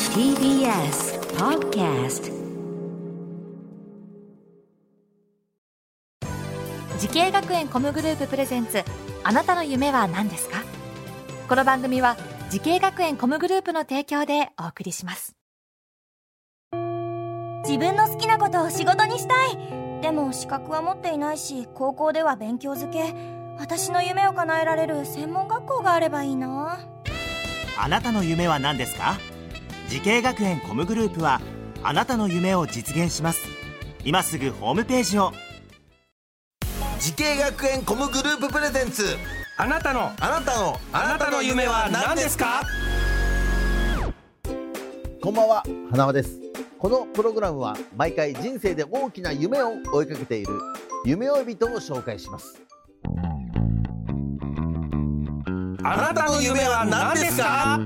TBS Podcast。 時系学園コムグループプレゼンツ、あなたの夢は何ですか？この番組は時系学園コムグループの提供でお送りします。 自分の好きなことを仕事にしたい。でも資格は持っていないし、高校では勉強づけ。私の夢を叶えられる専門学校があればいいな。 あなたの夢は何ですか？時系学園コムグループはあなたの夢を実現します。今すぐホームページを。 時系学園コムグループプレゼンツ、 あなたの夢は何ですか？ こんばんは、花輪です。このプログラムは毎回人生で大きな夢を追いかけている夢追い人を紹介します。 あなたの夢は何ですか？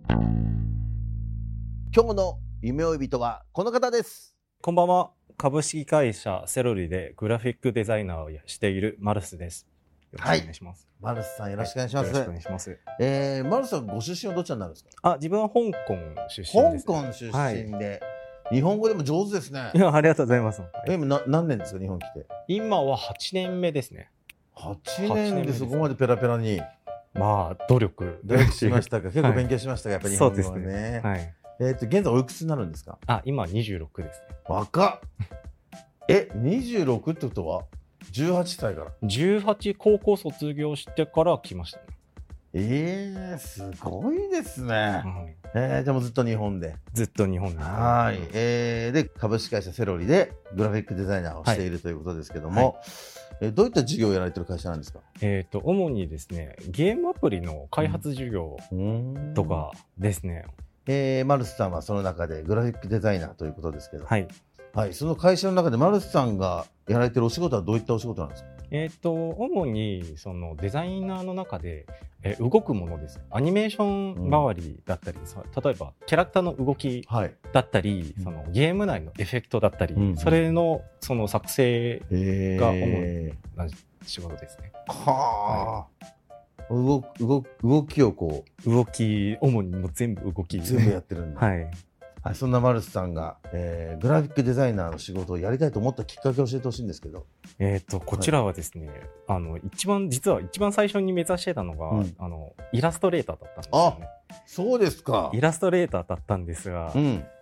今日の夢追い人はこの方です。 こんばんは。株式会社セロリでグラフィックデザイナーをしているマルスです。よろしくお願いします。 マルスさん、よろしくお願いします。 よろしくお願いします。 マルスさん、ご出身はどちらになるんですか？ 自分は香港出身です。 香港出身で、日本語でも上手ですね。 いや、ありがとうございます。 今何年ですか、日本来て？ 今は8年目ですね。 8年でそこまでペラペラに。 努力しましたか？結構勉強しましたか？やっぱり日本語はね。 そうですね。はい。 現在おいくつになるんですか？ 今26ですね。 若っ。26ってことは18歳から？ 18、高校卒業してから来ましたね。 すごいですね。でもずっと日本で。 ずっと日本で。 はい。で、株式会社セロリでグラフィックデザイナーをしているということですけども、どういった事業をやられている会社なんですか？ 主にですね、ゲームアプリの開発事業とかですね。 マルスさんはその中でグラフィックデザイナーということですけど、 はい。 はい、その会社の中でマルスさんがやられているお仕事はどういったお仕事なんですか？ 主にそのデザイナーの中で、動くものです。アニメーション周りだったり、例えばキャラクターの動きだったり、そのゲーム内のエフェクトだったり、それのその作成が主な仕事ですね。 はあ、動きを主にもう全部動き全部やってるんだ。 はい。 はい、そんなマルスさんが、グラフィックデザイナーの仕事をやりたいと思ったきっかけを教えてほしいんですけど。 こちらはですね、実は一番最初に目指してたのが、イラストレーターだったんですよね。 あ、そうですか。 イラストレーターだったんですが、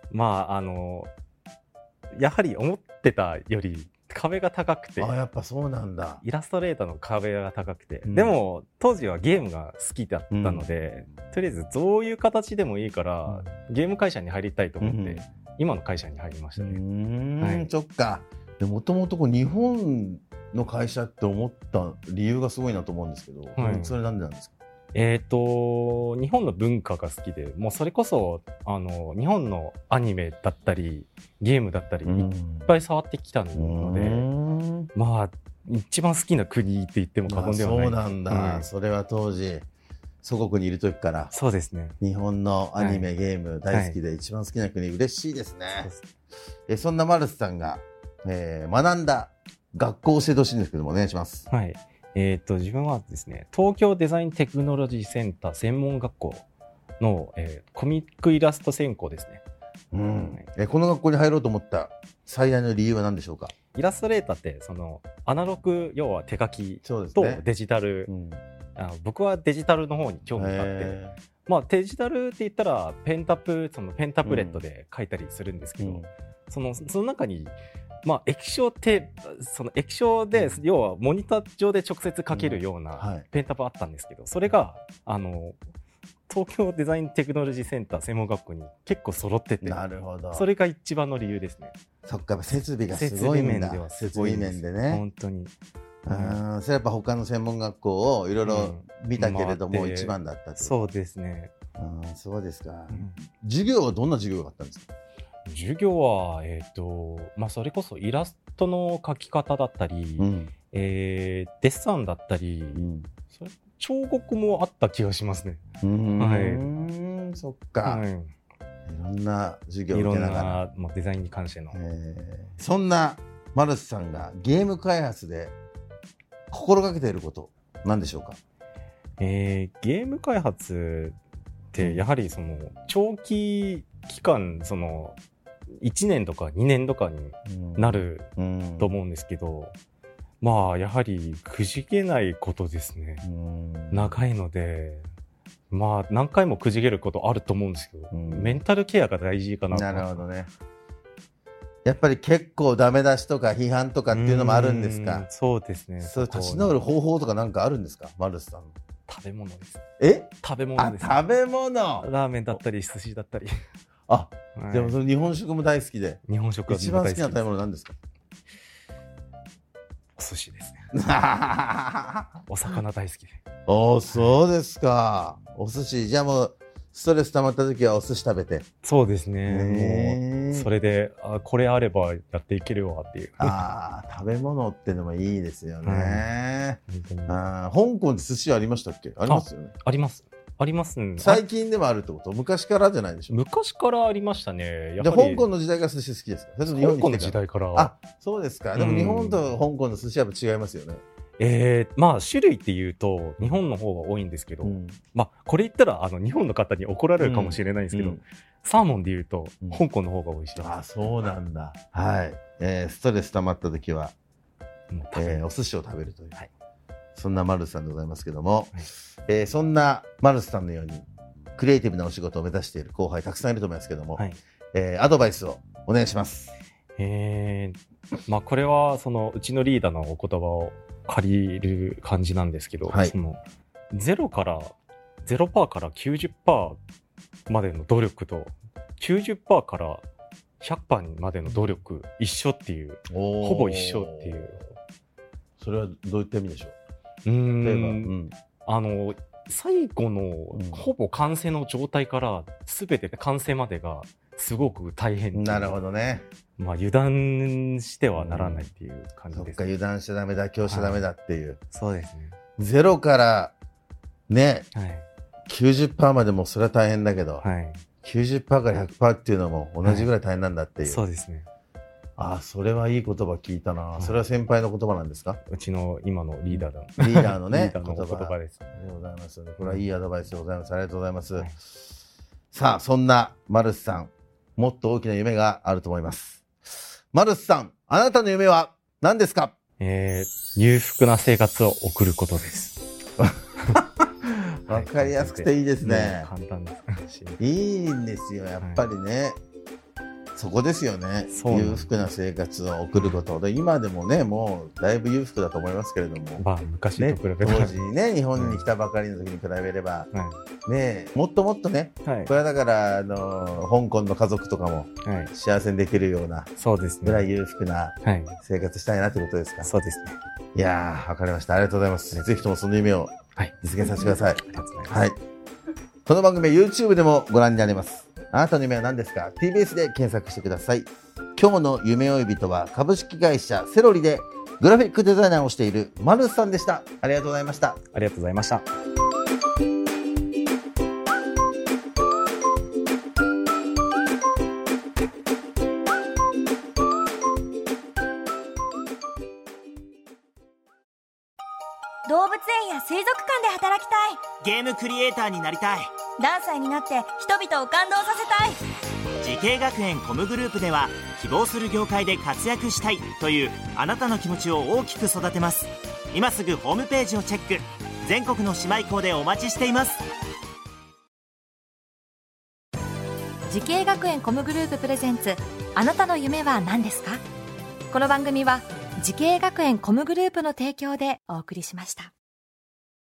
やはり思ってたより壁が高くて。 やっぱそうなんだ。 イラストレーターの壁が高くて、でも当時はゲームが好きだったので、とりあえずどういう形でもいいから、ゲーム会社に入りたいと思って、今の会社に入りましたね。 そっか。もともと日本の会社って思った理由がすごいなと思うんですけど、それなんでなんですか？ 日本の文化が好きで、もうそれこそ日本のアニメだったりゲームだったりいっぱい触ってきたので、一番好きな国って言っても過言ではない。 そうなんだ。それは当時祖国にいる時から。 そうですね。 日本のアニメ、ゲーム大好きで一番好きな国、嬉しいですね。そんなマルスさんが、学んだ学校を教えてほしいんですけども、お願いします。 はい。自分はですね、東京デザインテクノロジーセンター専門学校の、コミックイラスト専攻ですね。 この学校に入ろうと思った最大の理由は何でしょうか？ イラストレーターってそのアナログ、要は手書きとデジタル、僕はデジタルの方に興味があって、デジタルって言ったらペンタブレットで書いたりするんですけど、その中に液晶ってその液晶で要はモニター上で直接書けるようなペンタブあったんですけど、それが東京デザインテクノロジーセンター専門学校に結構揃ってて、 なるほど。 それが一番の理由ですね。 そっか、設備がすごいんだ。設備面でね。 本当に。 それやっぱ他の専門学校をいろいろ見たけれども一番だったって。 そうですね。 そうですか。授業はどんな授業があったんですか？ 授業はそれこそイラストの描き方だったり、デッサンだったり、彫刻もあった気がしますね。 そっか。いろんな授業を受けながら。 いろんなデザインに関しての。 そんなマルスさんがゲーム開発で心がけていること何でしょうか？ ゲーム開発ってやはりその長期期間その1年とか2年とかになると思うんですけど、まあやはりくじけないことですね。長いので、まあ何回もくじけることあると思うんですけど、メンタルケアが大事かなと。 なるほどね。やっぱり結構ダメ出しとか批判とかっていうのもあるんですか？ そうですね。 そう立ち直る方法とかなんかあるんですか、マルスさん？ 食べ物です。 食べ物です、 ね。食べ物。 ラーメンだったり寿司だったり。 あ、でもその日本食も大好きで。 日本食は一番好きな食べ物なんですか？ お寿司ですね。お魚大好きで。 そうですか。お寿司、じゃあもうストレス溜まった時はお寿司食べて。 そうですね。もうそれでこれあればやっていけるわっていう。 食べ物ってのもいいですよね。香港で寿司ありましたっけ？ありますよね。 あります。ありますね。 最近でもあるってこと？昔からじゃないでしょ？ 昔からありましたね。 やっぱり香港の時代から寿司好きですか？それとも日本に来てから？ 香港の時代から。 そうですか。でも日本と香港の寿司は違いますよね。 まあ種類っていうと日本の方が多いんですけど、まあこれ言ったら日本の方に怒られるかもしれないんですけど、サーモンでいうと香港の方が美味しいです。 そうなんだ。はい。ストレス溜まった時はお寿司を食べるという、そんなマルスさんでございますけども、そんなマルスさんのようにクリエイティブなお仕事を目指している後輩たくさんいると思いますけども、アドバイスをお願いします。 まあこれはそのうちのリーダーのお言葉を借りる感じなんですけど、その0%から90% までの努力と 90% から100% までの努力一緒っていう、ほぼ一緒っていう。 それはどういった意味でしょう？ 最後のほぼ完成の状態から全て完成までがすごく大変。 なるほどね。 まあ油断してはならないっていう感じです、ね。 そっか、油断しちゃダメだ、今日しちゃダメだっていう。 そうですね。 0からね、90% までもそれは大変だけど、90% から 100% っていうのも同じぐらい大変なんだっていう。 そうですね。 それはいい言葉聞いたな。それは先輩の言葉なんですか？ うちの今のリーダーのね、 言葉です。 ありがとうございます。これはいいアドバイスでございます。ありがとうございます。さあ、そんなマルスさん、もっと大きな夢があると思います。マルスさん、あなたの夢は何ですか？ 裕福な生活を送ることです。 わかりやすくていいですね。 簡単です。 いいんですよ、やっぱりね。そこですよね。裕福な生活を送ることで、今でもね、もうだいぶ裕福だと思いますけれども、 まあ昔と比べて、 当時ね、日本に来たばかりの時に比べれば、ね、もっともっとね、これはだから香港の家族とかも幸せにできるようなぐらい裕福な生活したいなということですか？ そうですね。 いやー、わかりました。ありがとうございます。ぜひともその夢を実現させてください。 ありがとうございます。 この番組は YouTube でもご覧になれます。あなたの夢は何ですか？ TBS で検索してください。今日の夢追い人は株式会社セロリでグラフィックデザイナーをしているマルスさんでした。ありがとうございました。 ありがとうございました。 動物園や水族館で働きたい。 ゲームクリエイターになりたい。 何歳になって人々を感動させたい。 時系学園コムグループでは希望する業界で活躍したいというあなたの気持ちを大きく育てます。今すぐホームページをチェック。全国の姉妹校でお待ちしています。 時系学園コムグループプレゼンツ、あなたの夢は何ですか？この番組は時系学園コムグループの提供でお送りしました。